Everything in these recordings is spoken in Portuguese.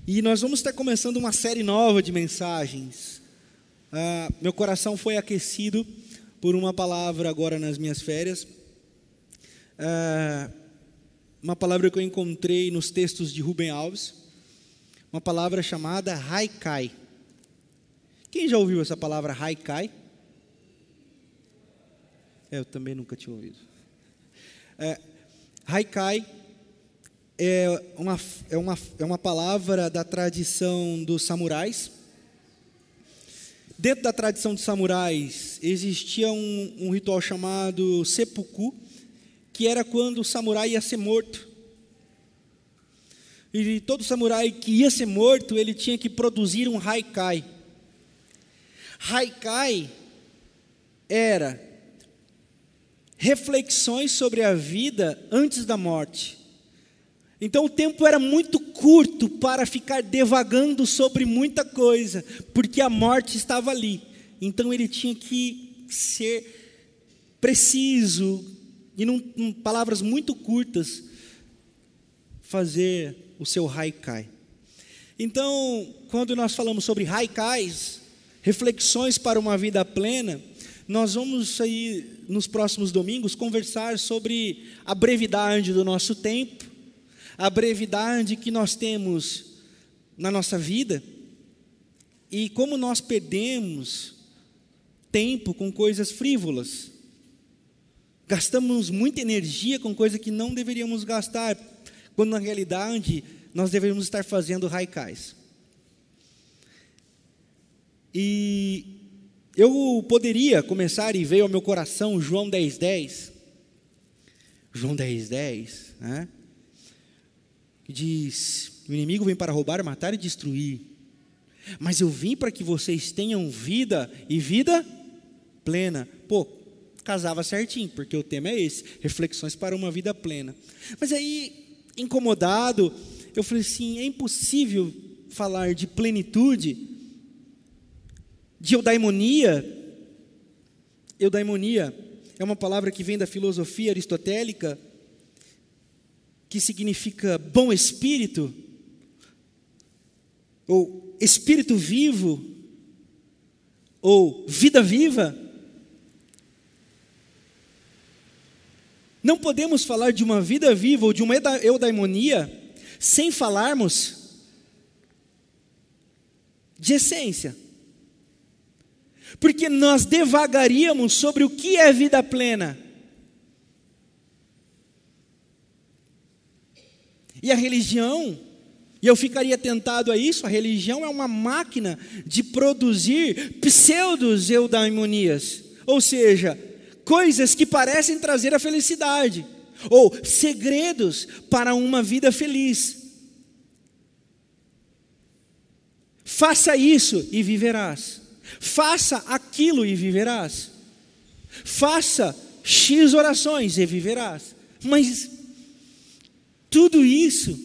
E nós vamos estar começando uma série nova de mensagens. Meu coração foi aquecido por uma palavra agora nas minhas férias. Uma palavra que eu encontrei nos textos de Rubem Alves. Uma palavra chamada Haikai. Quem já ouviu essa palavra Haikai? Eu também nunca tinha ouvido. Haikai é uma palavra da tradição dos samurais. Dentro da tradição dos samurais existia um ritual chamado seppuku, que era quando o samurai ia ser morto. E todo samurai que ia ser morto, ele tinha que produzir um haikai. Haikai era reflexões sobre a vida antes da morte. Então o tempo era muito curto para ficar divagando sobre muita coisa, porque a morte estava ali. Então ele tinha que ser preciso e, em palavras muito curtas, fazer o seu haikai. Então, quando nós falamos sobre haikais, reflexões para uma vida plena, nós vamos aí, nos próximos domingos, conversar sobre a brevidade do nosso tempo, a brevidade que nós temos na nossa vida e como nós perdemos tempo com coisas frívolas. Gastamos muita energia com coisa que não deveríamos gastar, quando na realidade nós deveríamos estar fazendo haikais. E eu poderia começar, e veio ao meu coração João 10:10. João 10:10, né? Que diz: o inimigo vem para roubar, matar e destruir, mas eu vim para que vocês tenham vida e vida plena. Pô, casava certinho, porque o tema é esse, reflexões para uma vida plena. Mas aí, incomodado, eu falei assim, é impossível falar de plenitude, de eudaimonia. Eudaimonia é uma palavra que vem da filosofia aristotélica, que significa bom espírito, ou espírito vivo, ou vida viva. Não podemos falar de uma vida viva ou de uma eudaimonia sem falarmos de essência. Porque nós devagaríamos sobre o que é vida plena. E a religião, e eu ficaria tentado a isso, a religião é uma máquina de produzir pseudo-eudaimonias, ou seja, coisas que parecem trazer a felicidade, ou segredos para uma vida feliz. Faça isso e viverás. Faça aquilo e viverás. Faça X orações e viverás. Mas tudo isso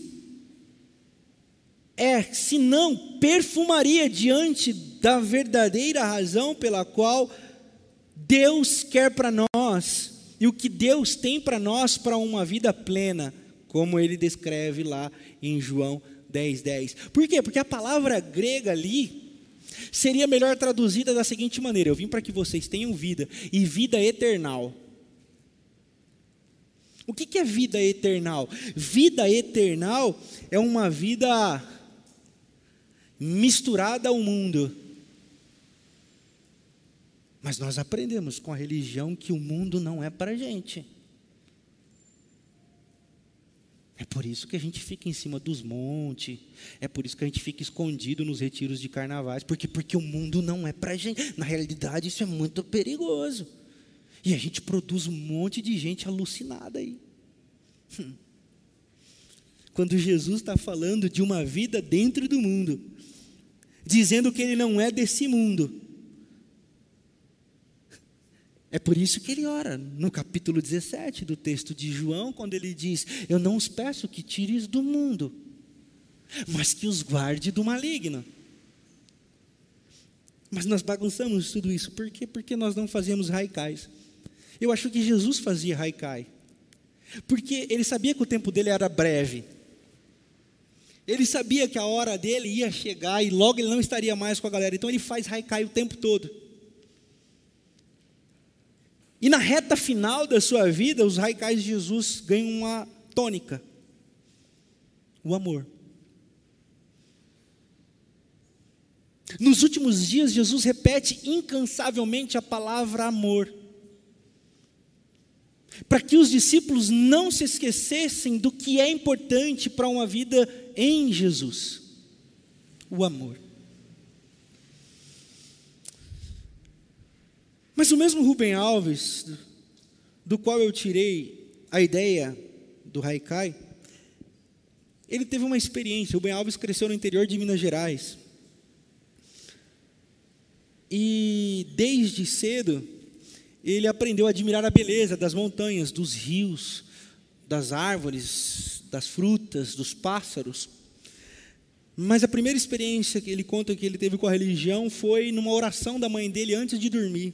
é, se não, perfumaria diante da verdadeira razão pela qual Deus quer para nós, e o que Deus tem para nós para uma vida plena, como Ele descreve lá em João 10:10. Por quê? Porque a palavra grega ali seria melhor traduzida da seguinte maneira: eu vim para que vocês tenham vida, e vida eternal. O que é vida eternal? Vida eternal é uma vida misturada ao mundo. Mas nós aprendemos com a religião que o mundo não é para a gente. É por isso que a gente fica em cima dos montes, é por isso que a gente fica escondido nos retiros de carnavais, porque o mundo não é para a gente. Na realidade, isso é muito perigoso. E a gente produz um monte de gente alucinada aí. Quando Jesus está falando de uma vida dentro do mundo, dizendo que Ele não é desse mundo, é por isso que ele ora no capítulo 17 do texto de João, quando ele diz: eu não os peço que tires do mundo, mas que os guarde do maligno. Mas nós bagunçamos tudo isso. Por quê? Porque nós não fazemos haikais. Eu acho que Jesus fazia haikai, porque ele sabia que o tempo dele era breve. Ele sabia que a hora dele ia chegar e logo ele não estaria mais com a galera. Então ele faz haikai o tempo todo. E na reta final da sua vida, os haikais de Jesus ganham uma tônica: o amor. Nos últimos dias, Jesus repete incansavelmente a palavra amor, para que os discípulos não se esquecessem do que é importante para uma vida em Jesus: o amor. Mas o mesmo Rubem Alves, do qual eu tirei a ideia do haikai, ele teve uma experiência. Rubem Alves cresceu no interior de Minas Gerais. E desde cedo, ele aprendeu a admirar a beleza das montanhas, dos rios, das árvores, das frutas, dos pássaros. Mas a primeira experiência que ele conta que ele teve com a religião foi numa oração da mãe dele antes de dormir.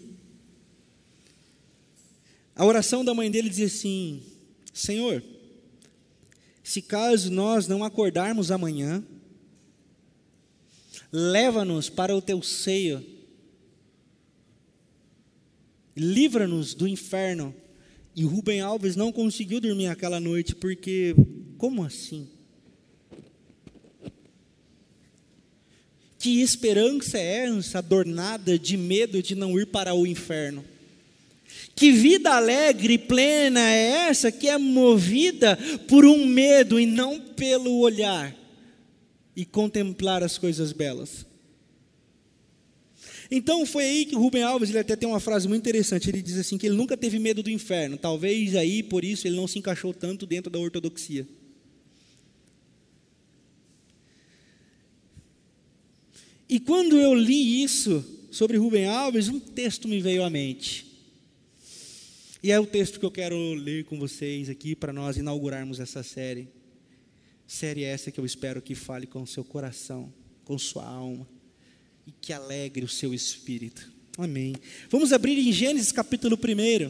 A oração da mãe dele dizia assim: Senhor, se caso nós não acordarmos amanhã, leva-nos para o teu seio, livra-nos do inferno. E Rubem Alves não conseguiu dormir aquela noite, porque, como assim? Que esperança é essa adornada de medo de não ir para o inferno? Que vida alegre e plena é essa que é movida por um medo e não pelo olhar e contemplar as coisas belas? Então foi aí que o Rubem Alves, ele até tem uma frase muito interessante. Ele diz assim que ele nunca teve medo do inferno. Talvez aí por isso ele não se encaixou tanto dentro da ortodoxia. E quando eu li isso sobre Rubem Alves, um texto me veio à mente. E é o texto que eu quero ler com vocês aqui para nós inaugurarmos essa série. Série essa que eu espero que fale com o seu coração, com sua alma, e que alegre o seu espírito. Amém. Vamos abrir em Gênesis capítulo 1.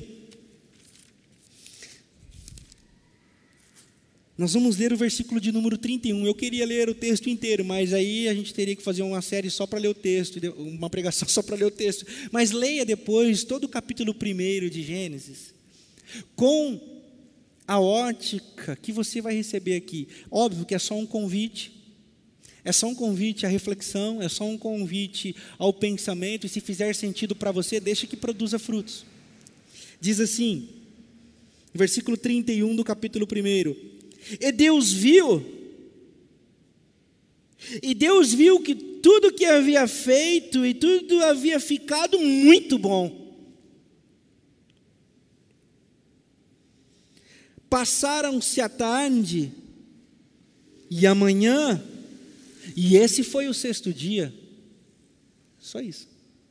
Nós vamos ler o versículo de número 31. Eu queria ler o texto inteiro, mas aí a gente teria que fazer uma série só para ler o texto, uma pregação só para ler o texto. Mas leia depois todo o capítulo 1 de Gênesis, com a ótica que você vai receber aqui. Óbvio que é só um convite. É só um convite à reflexão, é só um convite ao pensamento, e se fizer sentido para você, deixa que produza frutos. Diz assim, versículo 31 do capítulo 1. E Deus viu que tudo que havia feito e tudo havia ficado muito bom. Passaram-se a tarde e a manhã, e esse foi o 6º dia. Só isso.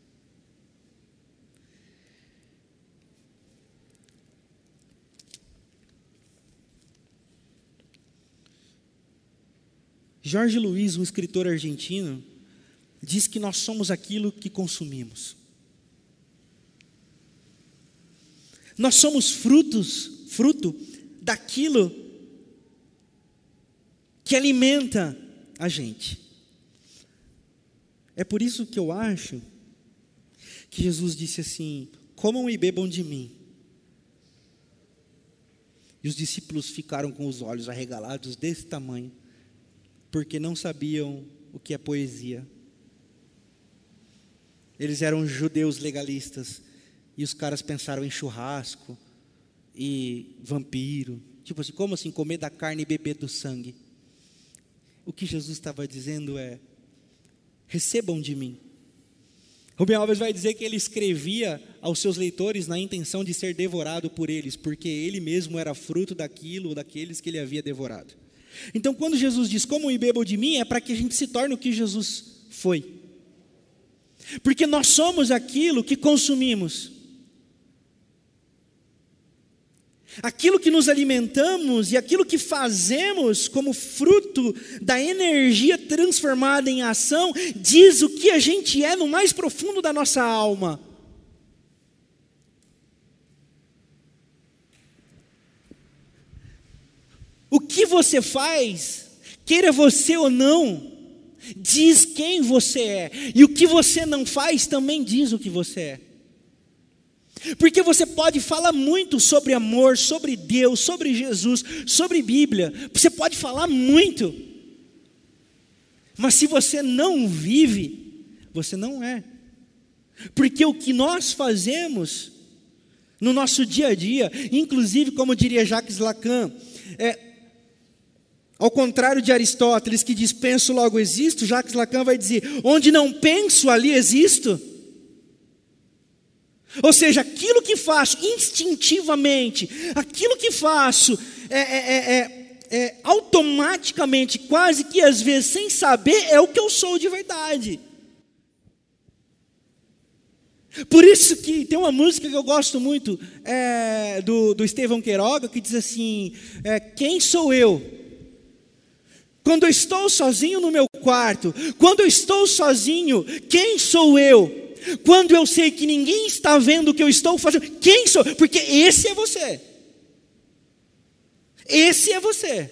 Jorge Luiz, um escritor argentino, diz que nós somos aquilo que consumimos. Nós somos fruto daquilo que alimenta a gente. É por isso que eu acho que Jesus disse assim: comam e bebam de mim. E os discípulos ficaram com os olhos arregalados desse tamanho, porque não sabiam o que é poesia. Eles eram judeus legalistas, e os caras pensaram em churrasco e vampiro. Tipo assim, como assim comer da carne e beber do sangue? O que Jesus estava dizendo é: recebam de mim. Rubem Alves vai dizer que ele escrevia aos seus leitores na intenção de ser devorado por eles, porque ele mesmo era fruto daquilo ou daqueles que ele havia devorado. Então, quando Jesus diz comam e bebam de mim, é para que a gente se torne o que Jesus foi. Porque nós somos aquilo que consumimos. Aquilo que nos alimentamos e aquilo que fazemos como fruto da energia transformada em ação, diz o que a gente é no mais profundo da nossa alma. O que você faz queira você ou não, diz quem você é. E o que você não faz também diz o que você é. Porque você pode falar muito sobre amor, sobre Deus, sobre Jesus, sobre Bíblia. Você pode falar muito. Mas se você não vive, você não é. Porque o que nós fazemos no nosso dia a dia, inclusive, como diria Jacques Lacan, ao contrário de Aristóteles, que diz penso logo existo, Jacques Lacan vai dizer, onde não penso, ali existo. Ou seja, aquilo que faço instintivamente, aquilo que faço automaticamente, quase que às vezes sem saber, é o que eu sou de verdade. Por isso que tem uma música que eu gosto muito, do Estevão Queiroga, que diz assim, quem sou eu? Quando eu estou sozinho no meu quarto, quando eu estou sozinho, quem sou eu? Quando eu sei que ninguém está vendo o que eu estou fazendo, quem sou? Porque esse é você. Esse é você.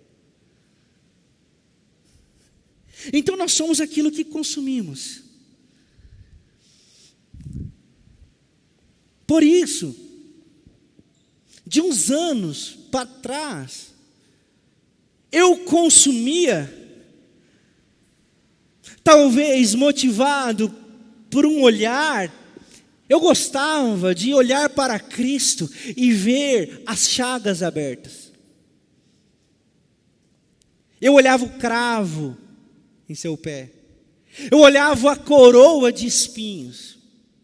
Então nós somos aquilo que consumimos. Por isso, de uns anos para trás, eu consumia, talvez motivado por um olhar, eu gostava de olhar para Cristo e ver as chagas abertas. Eu olhava o cravo em seu pé, eu olhava a coroa de espinhos,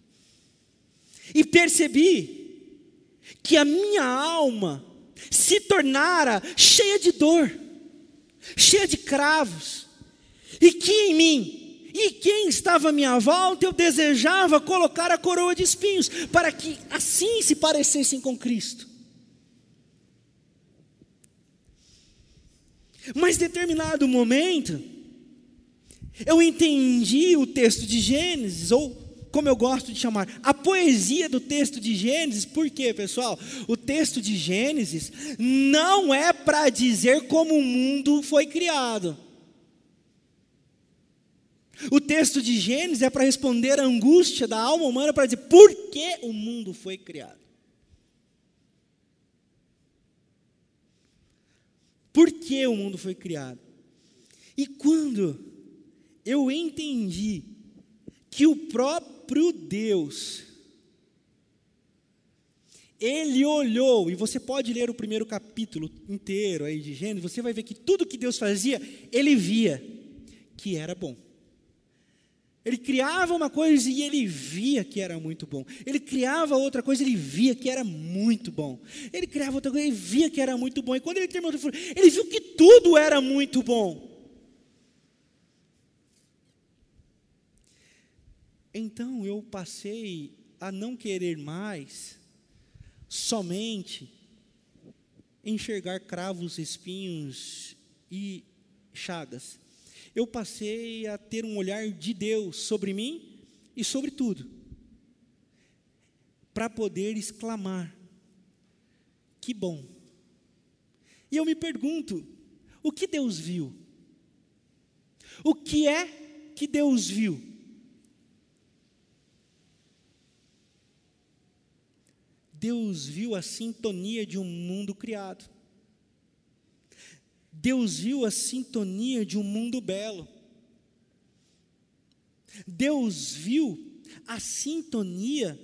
e percebi que a minha alma se tornara cheia de dor, cheia de cravos, e que em mim, e quem estava à minha volta, eu desejava colocar a coroa de espinhos, para que assim se parecessem com Cristo. Mas em determinado momento, eu entendi o texto de Gênesis, ou como eu gosto de chamar, a poesia do texto de Gênesis. Por quê, pessoal? O texto de Gênesis não é para dizer como o mundo foi criado. O texto de Gênesis é para responder a angústia da alma humana, para dizer por que o mundo foi criado. Por que o mundo foi criado? E quando eu entendi que o próprio Deus, Ele olhou, e você pode ler o primeiro capítulo inteiro aí de Gênesis, você vai ver que tudo que Deus fazia, Ele via que era bom. Ele criava uma coisa e Ele via que era muito bom. Ele criava outra coisa e Ele via que era muito bom. Ele criava outra coisa e Ele via que era muito bom. E quando Ele terminou, Ele viu que tudo era muito bom. Então eu passei a não querer mais somente enxergar cravos, espinhos e chagas. Eu passei a ter um olhar de Deus sobre mim e sobre tudo, para poder exclamar, que bom. E eu me pergunto, o que Deus viu? O que é que Deus viu? Deus viu a sintonia de um mundo criado. Deus viu a sintonia de um mundo belo. Deus viu a sintonia,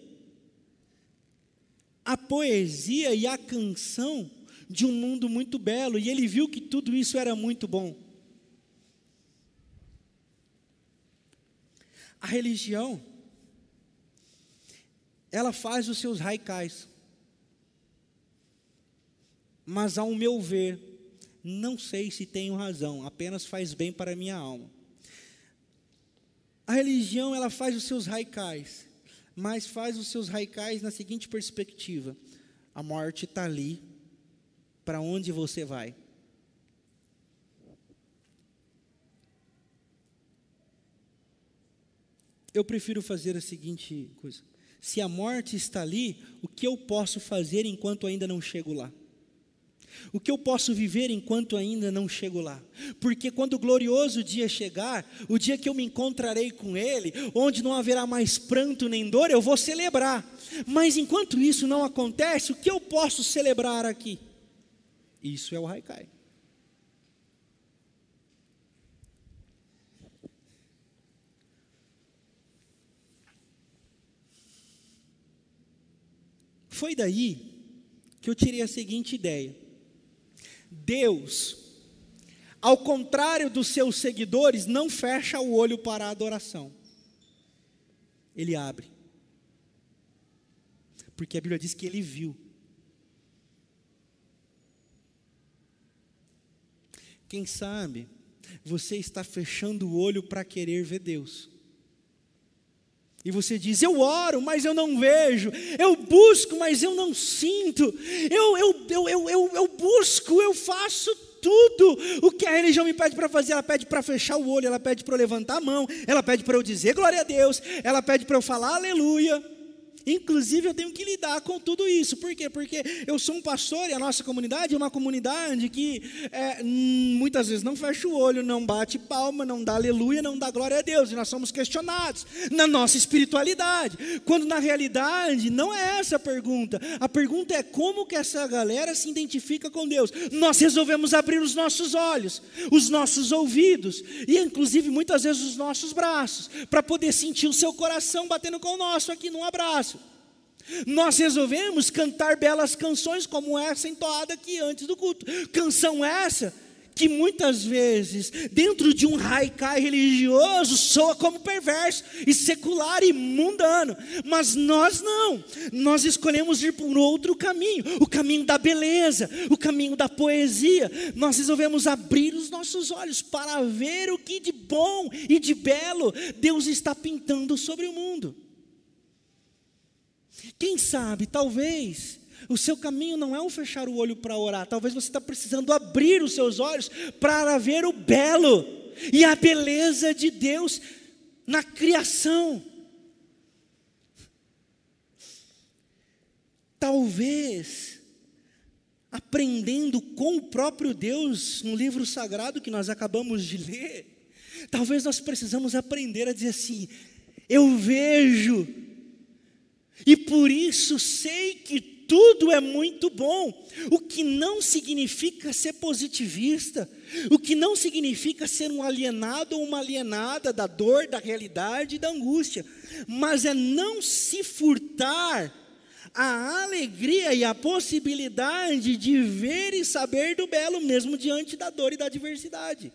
a poesia e a canção de um mundo muito belo. E Ele viu que tudo isso era muito bom. A religião, ela faz os seus haikais. Mas ao meu ver, não sei se tenho razão, apenas faz bem para a minha alma. A religião, ela faz os seus haikais, mas faz os seus haikais na seguinte perspectiva: a morte está ali, para onde você vai? Eu prefiro fazer a seguinte coisa: se a morte está ali, o que eu posso fazer enquanto ainda não chego lá? O que eu posso viver enquanto ainda não chego lá? Porque quando o glorioso dia chegar, o dia que eu me encontrarei com Ele, onde não haverá mais pranto nem dor, eu vou celebrar. Mas enquanto isso não acontece, o que eu posso celebrar aqui? Isso é o Haikai. Foi daí que eu tirei a seguinte ideia: Deus, ao contrário dos seus seguidores, não fecha o olho para a adoração, Ele abre, porque a Bíblia diz que Ele viu. Quem sabe você está fechando o olho para querer ver Deus. E você diz: eu oro, mas eu não vejo. Eu busco, mas eu não sinto. Eu busco, eu faço tudo o que a religião me pede para fazer. Ela pede para fechar o olho, ela pede para eu levantar a mão, ela pede para eu dizer glória a Deus, ela pede para eu falar aleluia. Inclusive eu tenho que lidar com tudo isso. Por quê? Porque eu sou um pastor e a nossa comunidade é uma comunidade que muitas vezes não fecha o olho, não bate palma, não dá aleluia, não dá glória a Deus. E nós somos questionados na nossa espiritualidade, quando na realidade não é essa a pergunta. A pergunta é como que essa galera se identifica com Deus. Nós resolvemos abrir os nossos olhos, os nossos ouvidos e inclusive muitas vezes os nossos braços, para poder sentir o seu coração batendo com o nosso aqui num abraço. Nós resolvemos cantar belas canções como essa entoada aqui antes do culto. Canção essa que muitas vezes dentro de um haikai religioso soa como perverso e secular e mundano. Mas nós não, nós escolhemos ir por um outro caminho, o caminho da beleza, o caminho da poesia. Nós resolvemos abrir os nossos olhos para ver o que de bom e de belo Deus está pintando sobre o mundo. Quem sabe, talvez, o seu caminho não é o fechar o olho para orar. Talvez você está precisando abrir os seus olhos para ver o belo e a beleza de Deus na criação. Talvez, aprendendo com o próprio Deus, no livro sagrado que nós acabamos de ler, talvez nós precisamos aprender a dizer assim: eu vejo, e por isso sei que tudo é muito bom, o que não significa ser positivista, o que não significa ser um alienado ou uma alienada da dor, da realidade e da angústia, mas é não se furtar a alegria e a possibilidade de ver e saber do belo mesmo diante da dor e da adversidade.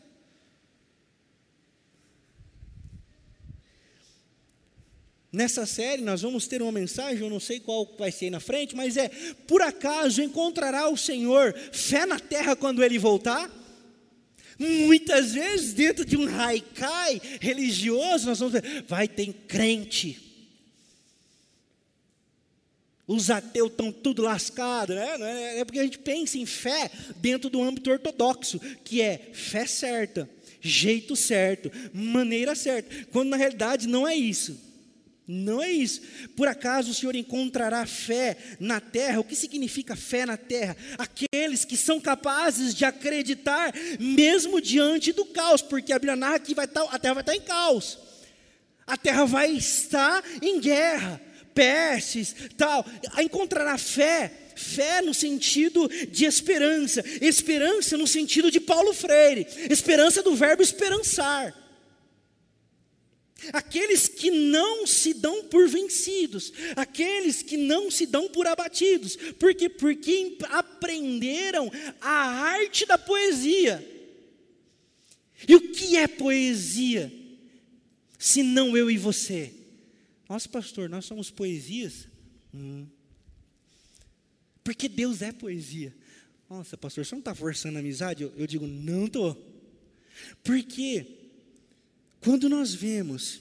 Nessa série nós vamos ter uma mensagem, eu não sei qual vai ser aí na frente, mas por acaso encontrará o Senhor fé na terra quando Ele voltar? Muitas vezes dentro de um haikai religioso nós vamos ver, vai ter crente. Os ateus estão tudo lascados, né? É porque a gente pensa em fé dentro do âmbito ortodoxo, que é fé certa, jeito certo, maneira certa, quando na realidade não é isso. Não é isso. Por acaso o Senhor encontrará fé na terra? O que significa fé na terra? Aqueles que são capazes de acreditar mesmo diante do caos, porque a Bíblia narra que a terra vai estar em caos, a terra vai estar em guerra, pestes, tal. Encontrará fé no sentido de esperança, esperança no sentido de Paulo Freire, esperança do verbo esperançar. Aqueles que não se dão por vencidos, aqueles que não se dão por abatidos, porque aprenderam a arte da poesia. E o que é poesia, se não eu e você? Nossa, pastor, nós somos poesias? Porque Deus é poesia. Nossa, pastor, você não está forçando a amizade? Eu digo, não estou. Porque quando nós vemos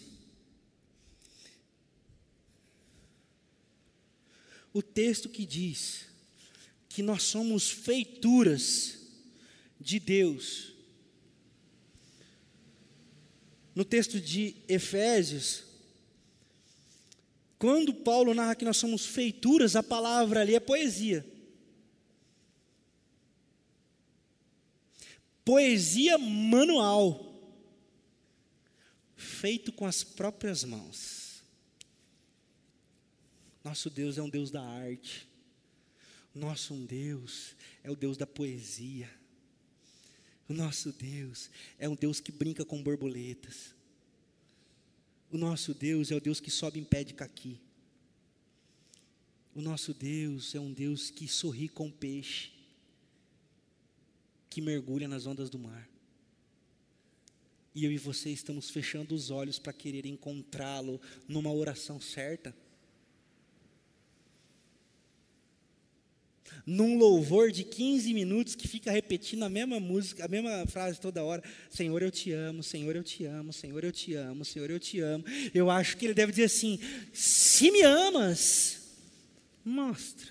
o texto que diz que nós somos feituras de Deus, no texto de Efésios, quando Paulo narra que nós somos feituras, a palavra ali é poesia. poesia manual, feito com as próprias mãos. Nosso Deus é um Deus da arte. Nosso Deus é o Deus da poesia. O nosso Deus é um Deus que brinca com borboletas. O nosso Deus é o Deus que sobe em pé de caqui. O nosso Deus é um Deus que sorri com peixe, que mergulha nas ondas do mar. E eu e você estamos fechando os olhos para querer encontrá-lo numa oração certa, num louvor de 15 minutos que fica repetindo a mesma música, a mesma frase toda hora: Senhor, eu te amo, Senhor, eu te amo, Senhor, eu te amo, Senhor, eu te amo. Eu acho que ele deve dizer assim: se me amas, mostra.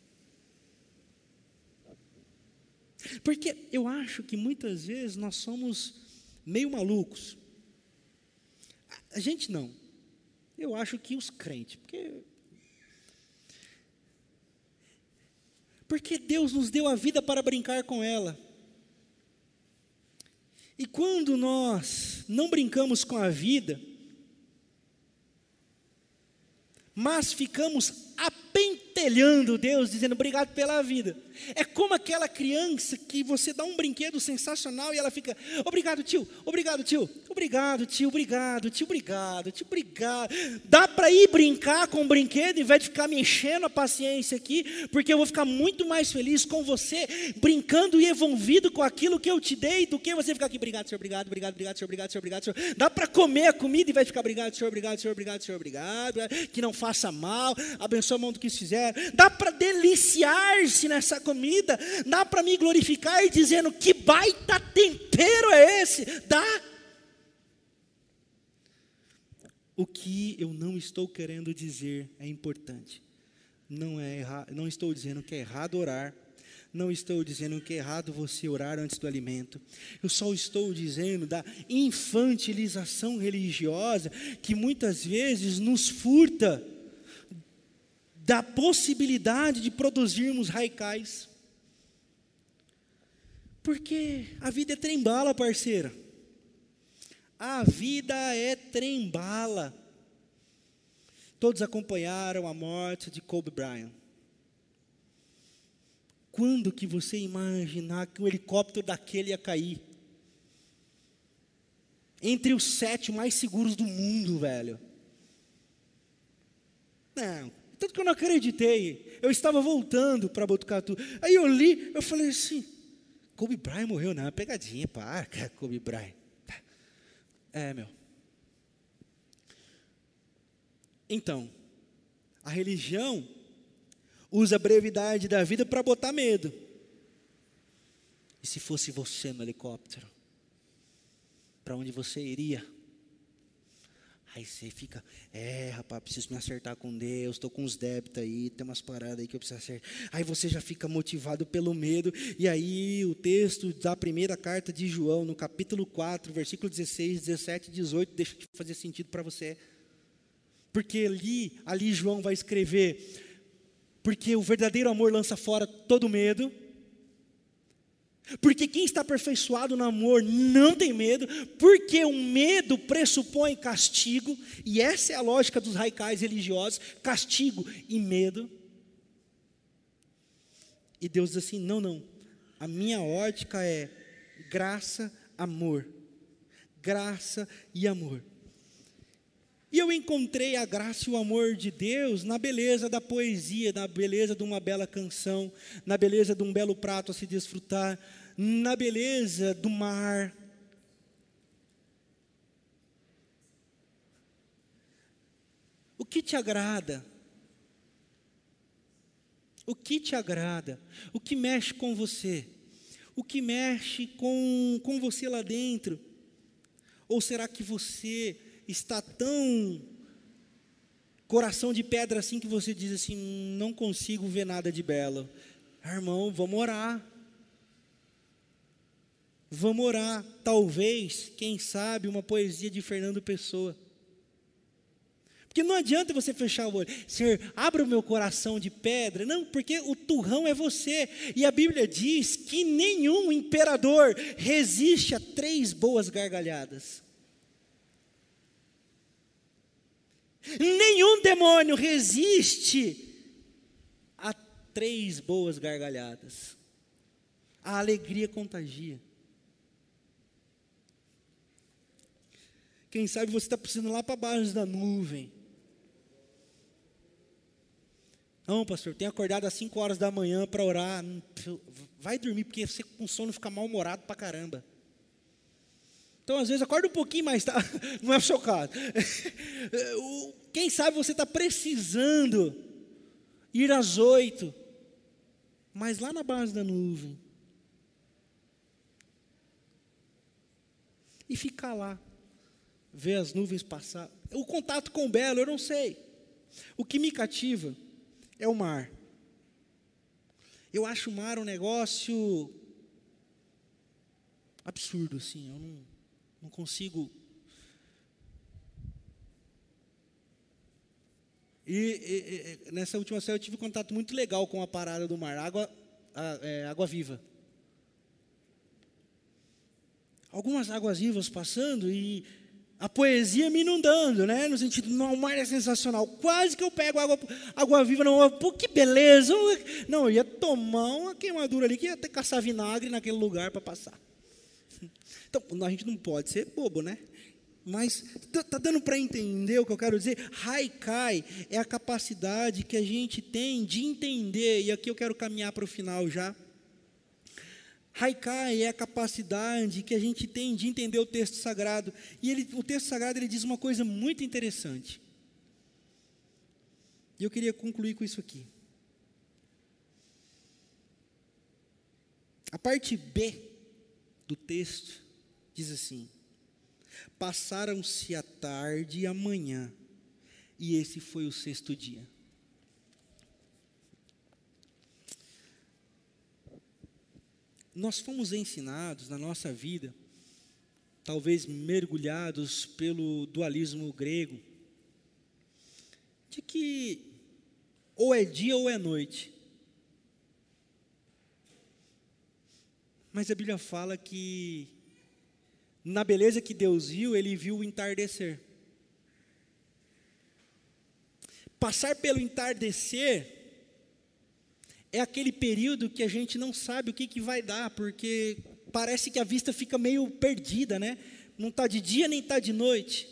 Porque eu acho que muitas vezes nós somos meio malucos. A gente não. Eu acho que os crentes, porque Deus nos deu a vida para brincar com ela. E quando nós não brincamos com a vida, mas ficamos apentelhando Deus, dizendo obrigado pela vida. É como aquela criança que você dá um brinquedo sensacional e ela fica: obrigado tio, obrigado tio, obrigado tio, obrigado tio, obrigado tio, obrigado. Dá para ir brincar com o brinquedo em vez de ficar me enchendo a paciência aqui, porque eu vou ficar muito mais feliz com você brincando e envolvido com aquilo que eu te dei, do que você ficar aqui: obrigado senhor, obrigado, obrigado, obrigado senhor, obrigado senhor, obrigado senhor. Dá para comer a comida e vai ficar: obrigado senhor, obrigado senhor, obrigado senhor, obrigado, que não faça mal, abençoa a mão do que fizer. Dá para deliciar-se nessa comida, dá para me glorificar e dizendo: que baita tempero é esse? Dá. O que eu não estou querendo dizer é importante. Não é errado, não estou dizendo que é errado orar, não estou dizendo que é errado você orar antes do alimento. Eu só estou dizendo da infantilização religiosa que muitas vezes nos furta da possibilidade de produzirmos raicais. Porque a vida é trem-bala, parceira. A vida é trem-bala. Todos acompanharam a morte de Kobe Bryant. Quando que você imaginar que um helicóptero daquele ia cair? Entre os 7 mais seguros do mundo, velho. Não, tanto que eu não acreditei. Eu estava voltando para Botucatu. Aí eu li, eu falei assim: Kobe Bryant morreu, não, é pegadinha, pá, Kobe Bryant. É, meu. Então, a religião usa a brevidade da vida para botar medo. E se fosse você no helicóptero, para onde você iria? Aí você fica: rapaz, preciso me acertar com Deus, estou com uns débitos aí, tem umas paradas aí que eu preciso acertar. Aí você já fica motivado pelo medo, e aí o texto da primeira carta de João, no capítulo 4, versículo 16, 17 e 18, deixa de fazer sentido para você. Porque ali João vai escrever: porque o verdadeiro amor lança fora todo medo. Porque quem está aperfeiçoado no amor não tem medo, porque o medo pressupõe castigo, e essa é a lógica dos radicais religiosos: castigo e medo. E Deus diz assim: não, a minha ótica é graça, amor, graça e amor. E eu encontrei a graça e o amor de Deus na beleza da poesia, na beleza de uma bela canção, na beleza de um belo prato a se desfrutar, na beleza do mar. O que te agrada? O que te agrada? O que mexe com você? O que mexe com você lá dentro? Ou será que você está tão coração de pedra assim que você diz assim: não consigo ver nada de belo? Irmão, vamos orar. Vamos orar. Talvez, quem sabe, uma poesia de Fernando Pessoa. Porque não adianta você fechar o olho, Senhor, abra o meu coração de pedra. Não, porque o turrão é você. E a Bíblia diz que nenhum imperador resiste a 3 boas gargalhadas. Nenhum demônio resiste a 3 boas gargalhadas. A alegria contagia. Quem sabe você está precisando ir lá para baixo da nuvem. Não, pastor, tenho acordado às 5 horas da manhã para orar. Vai dormir, porque você com sono fica mal-humorado para caramba. Então, às vezes, acorda um pouquinho mais tarde. Não é o seu caso. Quem sabe você está precisando ir às 8, mas lá na base da nuvem. E ficar lá, ver as nuvens passar. O contato com o belo, eu não sei. O que me cativa é o mar. Eu acho o mar um negócio absurdo, assim. Eu não consigo. E nessa última série eu tive um contato muito legal com a parada do mar, água viva. Algumas águas vivas passando e a poesia me inundando, né? No sentido, não, o mar é sensacional. Quase que eu pego água viva, não, pô, que beleza. Não, eu ia tomar uma queimadura ali, que ia ter que caçar vinagre naquele lugar para passar. Então, a gente não pode ser bobo, né? Mas está dando para entender o que eu quero dizer? Haikai é a capacidade que a gente tem de entender, e aqui eu quero caminhar para o final já. Haikai é a capacidade que a gente tem de entender o texto sagrado. E o texto sagrado ele diz uma coisa muito interessante. E eu queria concluir com isso aqui. A parte B do texto diz assim: passaram-se a tarde e a manhã, e esse foi o 6º dia. Nós fomos ensinados na nossa vida, talvez mergulhados pelo dualismo grego, de que ou é dia ou é noite. Mas a Bíblia fala que na beleza que Deus viu, Ele viu o entardecer. Passar pelo entardecer é aquele período que a gente não sabe o que vai dar, porque parece que a vista fica meio perdida, né? Não está de dia nem está de noite.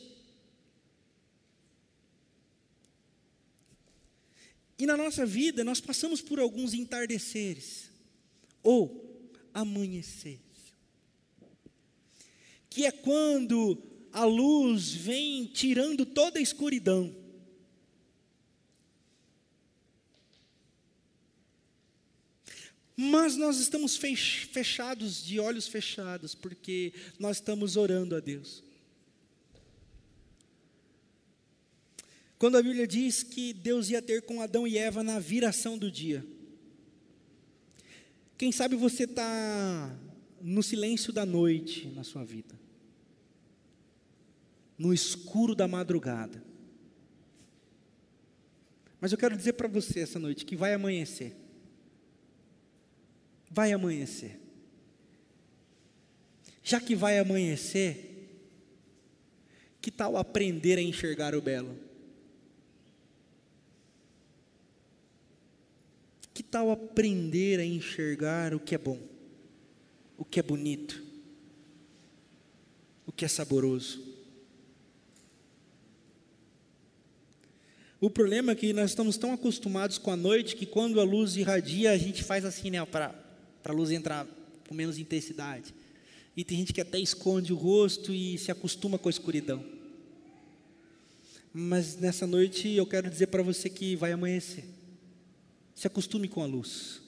E na nossa vida, nós passamos por alguns entardeceres, ou amanheceres, que é quando a luz vem tirando toda a escuridão. Mas nós estamos fechados, de olhos fechados, porque nós estamos orando a Deus. Quando a Bíblia diz que Deus ia ter com Adão e Eva na viração do dia. Quem sabe você está no silêncio da noite na sua vida, no escuro da madrugada. Mas eu quero dizer para você essa noite que vai amanhecer. Vai amanhecer. Já que vai amanhecer, que tal aprender a enxergar o belo? Que tal aprender a enxergar o que é bom, o que é bonito, o que é saboroso? O problema é que nós estamos tão acostumados com a noite que quando a luz irradia, a gente faz assim, né, para a luz entrar com menos intensidade. E tem gente que até esconde o rosto e se acostuma com a escuridão. Mas nessa noite eu quero dizer para você que vai amanhecer. Se acostume com a luz.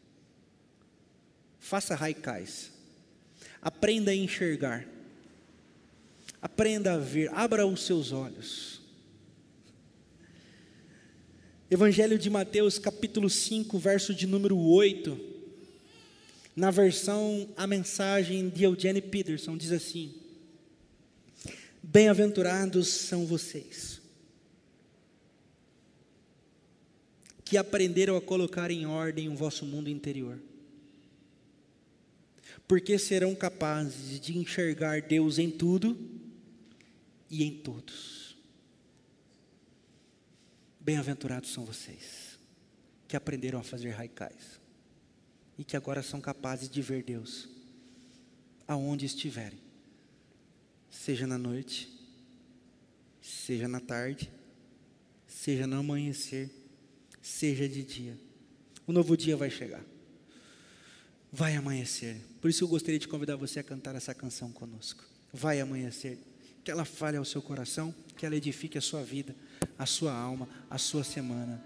Faça haikais. Aprenda a enxergar. Aprenda a ver. Abra os seus olhos. Evangelho de Mateus, capítulo 5, verso de número 8. Na versão, a mensagem de Eugene Peterson diz assim: bem-aventurados são vocês, que aprenderam a colocar em ordem o vosso mundo interior. Porque serão capazes de enxergar Deus em tudo e em todos. Bem-aventurados são vocês, que aprenderam a fazer haikais, e que agora são capazes de ver Deus, aonde estiverem, seja na noite, seja na tarde, seja no amanhecer, seja de dia. O novo dia vai chegar, vai amanhecer. Por isso eu gostaria de convidar você a cantar essa canção conosco. Vai amanhecer. Que ela fale ao seu coração, que ela edifique a sua vida, a sua alma, a sua semana.